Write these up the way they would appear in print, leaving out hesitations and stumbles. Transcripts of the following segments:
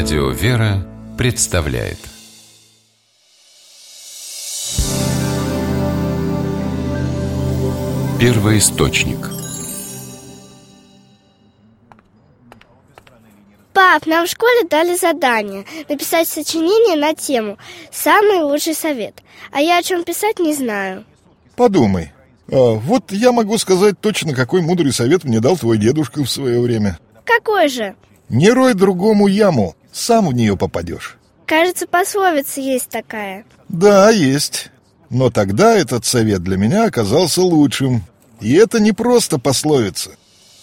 Радио «Вера» представляет Первоисточник. Пап, нам в школе дали задание написать сочинение на тему «Самый лучший совет». А я о чем писать не знаю. Подумай. Вот я могу сказать точно, какой мудрый совет мне дал твой дедушка в свое время. Какой же? Не рой другому яму, сам в нее попадешь. Кажется, пословица есть такая. Да, есть. Но тогда этот совет для меня оказался лучшим. И это не просто пословица.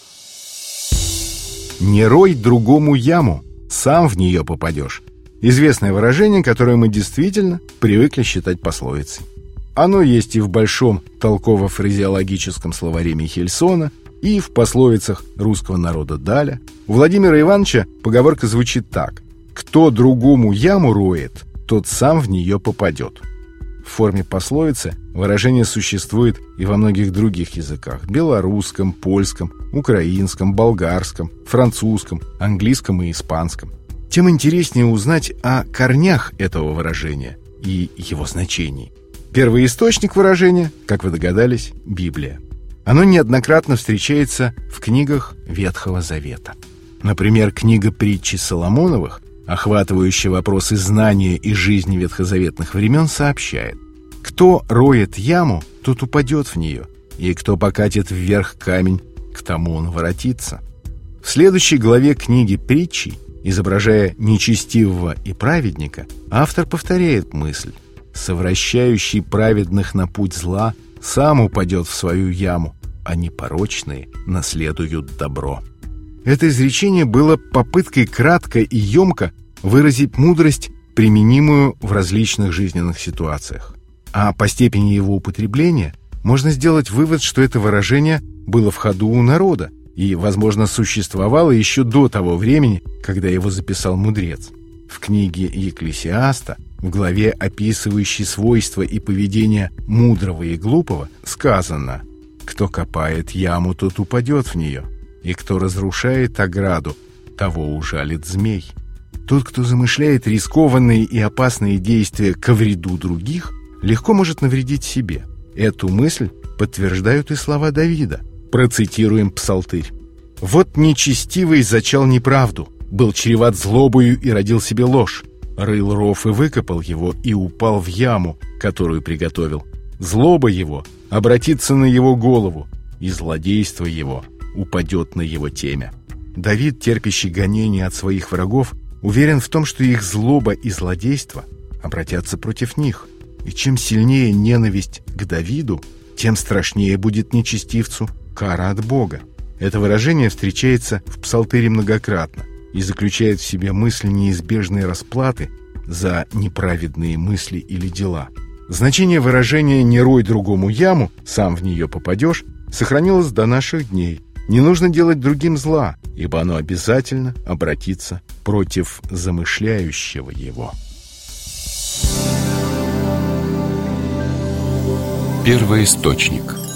«Не рой другому яму, сам в нее попадешь». Известное выражение, которое мы действительно привыкли считать пословицей. Оно есть и в большом толково-фразеологическом словаре Михельсона, и в пословицах русского народа Даля. У Владимира Ивановича поговорка звучит так: «Кто другому яму роет, тот сам в нее попадет». В форме пословицы выражение существует и во многих других языках: белорусском, польском, украинском, болгарском, французском, английском и испанском. Тем интереснее узнать о корнях этого выражения и его значении. Первый источник выражения, как вы догадались, Библия. Оно неоднократно встречается в книгах Ветхого Завета. Например, книга притчи Соломоновых, охватывающая вопросы знания и жизни ветхозаветных времен, сообщает: «Кто роет яму, тот упадет в нее, и кто покатит вверх камень, к тому он воротится». В следующей главе книги притчи, изображая нечестивого и праведника, автор повторяет мысль: «Совращающий праведных на путь зла сам упадет в свою яму, а непорочные наследуют добро». Это изречение было попыткой кратко и емко выразить мудрость, применимую в различных жизненных ситуациях. А по степени его употребления можно сделать вывод, что это выражение было в ходу у народа и, возможно, существовало еще до того времени, когда его записал мудрец. В книге Екклесиаста, в главе, описывающей свойства и поведение мудрого и глупого, сказано: «Кто копает яму, тот упадет в нее, и кто разрушает ограду, того ужалит змей». Тот, кто замышляет рискованные и опасные действия ко вреду других, легко может навредить себе. Эту мысль подтверждают и слова Давида. Процитируем Псалтырь: «Вот нечестивый зачал неправду, был чреват злобою и родил себе ложь. Рыл ров и выкопал его, и упал в яму, которую приготовил. Злоба его обратится на его голову, и злодейство его упадет на его темя». Давид, терпящий гонения от своих врагов, уверен в том, что их злоба и злодейство обратятся против них. И чем сильнее ненависть к Давиду, тем страшнее будет нечестивцу кара от Бога. Это выражение встречается в Псалтыре многократно и заключает в себе мысль неизбежной расплаты за неправедные мысли или дела. Значение выражения «не рой другому яму, сам в нее попадешь» сохранилось до наших дней. Не нужно делать другим зла, ибо оно обязательно обратится против замышляющего его. Первоисточник.